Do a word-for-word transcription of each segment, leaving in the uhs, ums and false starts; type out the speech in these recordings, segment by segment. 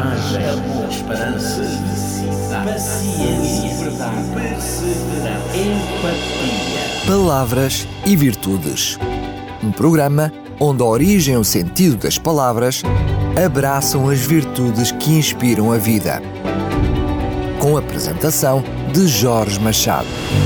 coragem, amor, esperança, felicidade, paciência, verdade, perseverança, empatia. Palavras e Virtudes. Um programa onde a origem e o sentido das palavras abraçam as virtudes que inspiram a vida. Com a apresentação de Jorge Machado.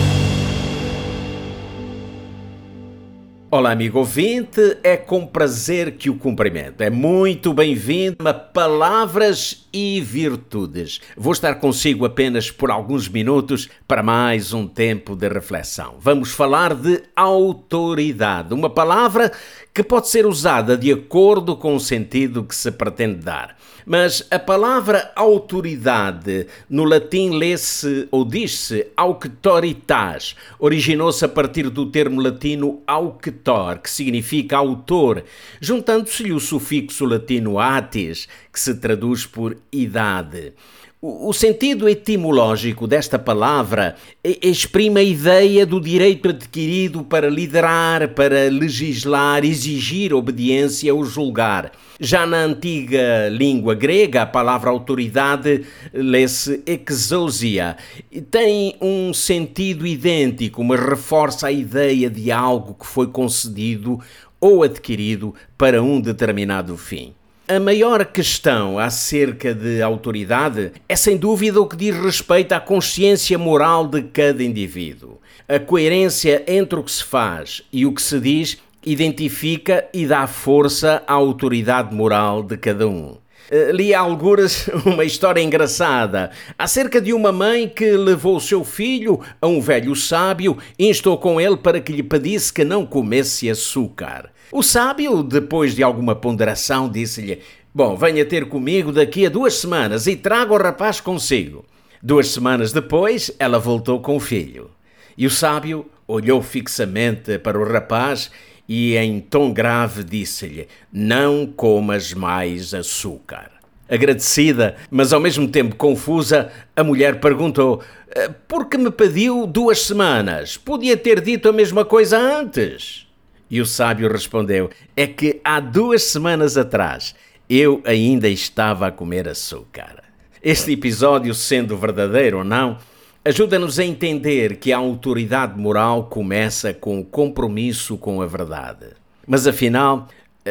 Olá, amigo ouvinte, é com prazer que o cumprimento. É muito bem-vindo a Palavras e Virtudes. Vou estar consigo apenas por alguns minutos para mais um tempo de reflexão. Vamos falar de autoridade, uma palavra que pode ser usada de acordo com o sentido que se pretende dar. Mas a palavra autoridade, no latim lê-se ou diz-se auctoritas, originou-se a partir do termo latino auctor, que significa autor, juntando-se-lhe o sufixo latino atis, que se traduz por idade. O sentido etimológico desta palavra exprime a ideia do direito adquirido para liderar, para legislar, exigir obediência ou julgar. Já na antiga língua grega, a palavra autoridade lê-se exousia. Tem um sentido idêntico, mas reforça a ideia de algo que foi concedido ou adquirido para um determinado fim. A maior questão acerca de autoridade é sem dúvida o que diz respeito à consciência moral de cada indivíduo. A coerência entre o que se faz e o que se diz identifica e dá força à autoridade moral de cada um. Li há algures uma história engraçada acerca de uma mãe que levou o seu filho a um velho sábio e instou com ele para que lhe pedisse que não comesse açúcar. O sábio, depois de alguma ponderação, disse-lhe: "Bom, venha ter comigo daqui a duas semanas e traga o rapaz consigo." Duas semanas depois, ela voltou com o filho. E o sábio olhou fixamente para o rapaz e, em tom grave, disse-lhe: "Não comas mais açúcar." Agradecida, mas ao mesmo tempo confusa, a mulher perguntou: "Por que me pediu duas semanas? Podia ter dito a mesma coisa antes." E o sábio respondeu: "É que há duas semanas atrás eu ainda estava a comer açúcar." Este episódio, sendo verdadeiro ou não, ajuda-nos a entender que a autoridade moral começa com o compromisso com a verdade. Mas afinal,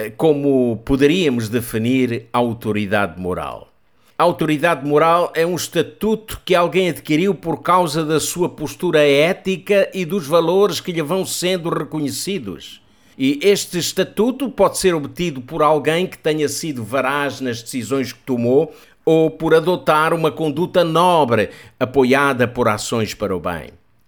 como poderíamos definir a autoridade moral? A autoridade moral é um estatuto que alguém adquiriu por causa da sua postura ética e dos valores que lhe vão sendo reconhecidos. E este estatuto pode ser obtido por alguém que tenha sido veraz nas decisões que tomou ou por adotar uma conduta nobre, apoiada por ações para o bem.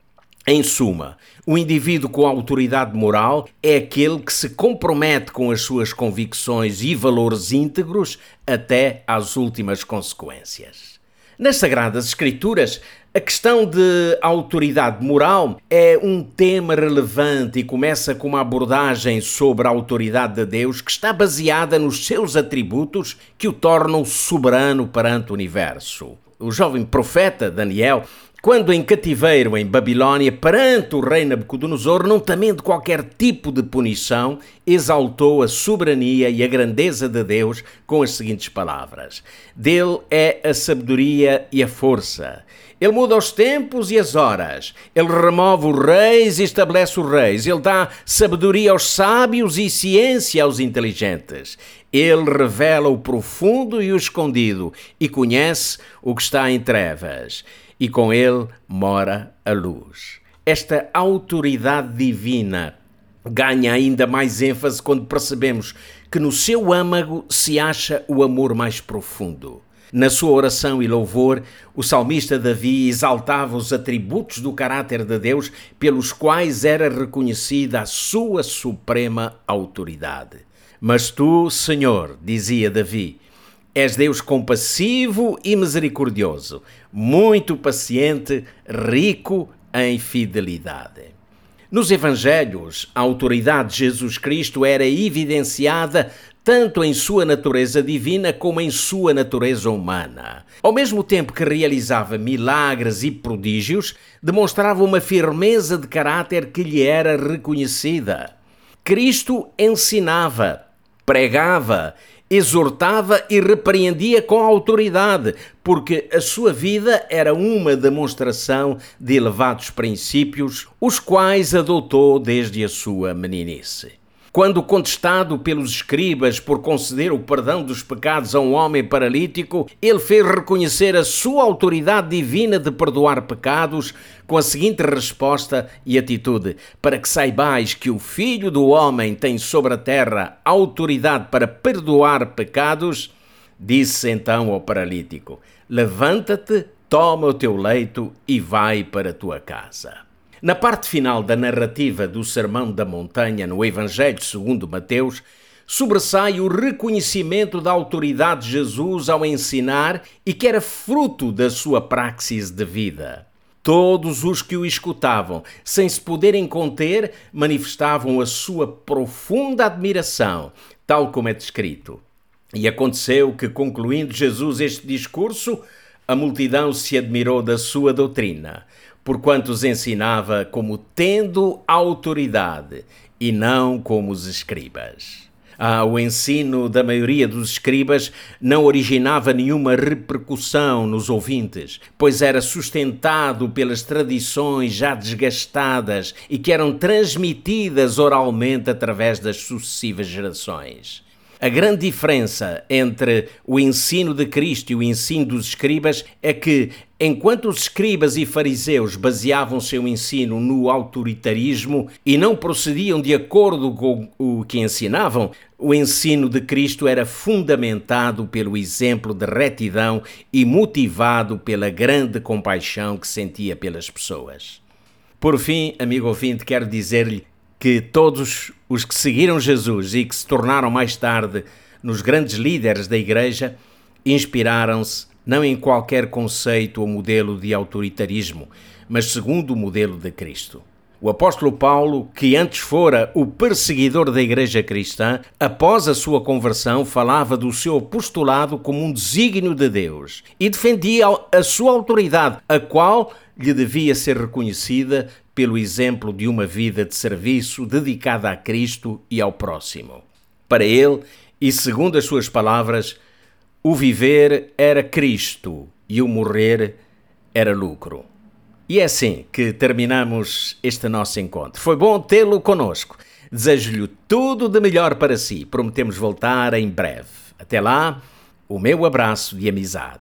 Em suma, o indivíduo com autoridade moral é aquele que se compromete com as suas convicções e valores íntegros até às últimas consequências. Nas Sagradas Escrituras, a questão de autoridade moral é um tema relevante e começa com uma abordagem sobre a autoridade de Deus que está baseada nos seus atributos que o tornam soberano perante o universo. O jovem profeta Daniel, quando em cativeiro em Babilônia, perante o rei Nabucodonosor, não temendo qualquer tipo de punição, exaltou a soberania e a grandeza de Deus com as seguintes palavras: "Dele é a sabedoria e a força. Ele muda os tempos e as horas. Ele remove os reis e estabelece os reis. Ele dá sabedoria aos sábios e ciência aos inteligentes. Ele revela o profundo e o escondido e conhece o que está em trevas. E com ele mora a luz." Esta autoridade divina ganha ainda mais ênfase quando percebemos que no seu âmago se acha o amor mais profundo. Na sua oração e louvor, o salmista Davi exaltava os atributos do caráter de Deus pelos quais era reconhecida a sua suprema autoridade. "Mas tu, Senhor," dizia Davi, "és Deus compassivo e misericordioso, muito paciente, rico em fidelidade." Nos Evangelhos, a autoridade de Jesus Cristo era evidenciada tanto em sua natureza divina como em sua natureza humana. Ao mesmo tempo que realizava milagres e prodígios, demonstrava uma firmeza de caráter que lhe era reconhecida. Cristo ensinava, pregava exortava e repreendia com autoridade, porque a sua vida era uma demonstração de elevados princípios, os quais adotou desde a sua meninice. Quando contestado pelos escribas por conceder o perdão dos pecados a um homem paralítico, ele fez reconhecer a sua autoridade divina de perdoar pecados com a seguinte resposta e atitude: para que saibais que o Filho do Homem tem sobre a terra autoridade para perdoar pecados, disse então ao paralítico: levanta-te, toma o teu leito e vai para a tua casa. Na parte final da narrativa do Sermão da Montanha, no Evangelho segundo Mateus, sobressai o reconhecimento da autoridade de Jesus ao ensinar e que era fruto da sua praxis de vida. Todos os que o escutavam, sem se poderem conter, manifestavam a sua profunda admiração, tal como é descrito. E aconteceu que, concluindo Jesus este discurso, a multidão se admirou da sua doutrina, porquanto os ensinava como tendo autoridade e não como os escribas. Ah, o ensino da maioria dos escribas não originava nenhuma repercussão nos ouvintes, pois era sustentado pelas tradições já desgastadas e que eram transmitidas oralmente através das sucessivas gerações. A grande diferença entre o ensino de Cristo e o ensino dos escribas é que, enquanto os escribas e fariseus baseavam seu ensino no autoritarismo e não procediam de acordo com o que ensinavam, o ensino de Cristo era fundamentado pelo exemplo de retidão e motivado pela grande compaixão que sentia pelas pessoas. Por fim, amigo ouvinte, quero dizer-lhe que todos os que seguiram Jesus e que se tornaram mais tarde nos grandes líderes da Igreja inspiraram-se não em qualquer conceito ou modelo de autoritarismo, mas segundo o modelo de Cristo. O apóstolo Paulo, que antes fora o perseguidor da Igreja cristã, após a sua conversão falava do seu apostolado como um desígnio de Deus e defendia a sua autoridade, a qual lhe devia ser reconhecida pelo exemplo de uma vida de serviço dedicada a Cristo e ao próximo. Para ele, e segundo as suas palavras, o viver era Cristo e o morrer era lucro. E é assim que terminamos este nosso encontro. Foi bom tê-lo conosco. Desejo-lhe tudo de melhor para si. Prometemos voltar em breve. Até lá, o meu abraço de amizade.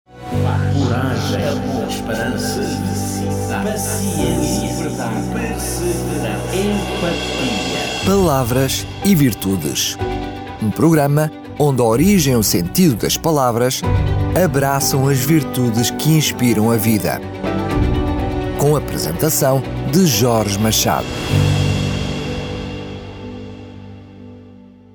Coragem, amor, esperança, felicidade, paciência, verdade, perseverança, empatia. Palavras e Virtudes. Um programa onde a origem e o sentido das palavras abraçam as virtudes que inspiram a vida. Com a apresentação de Jorge Machado.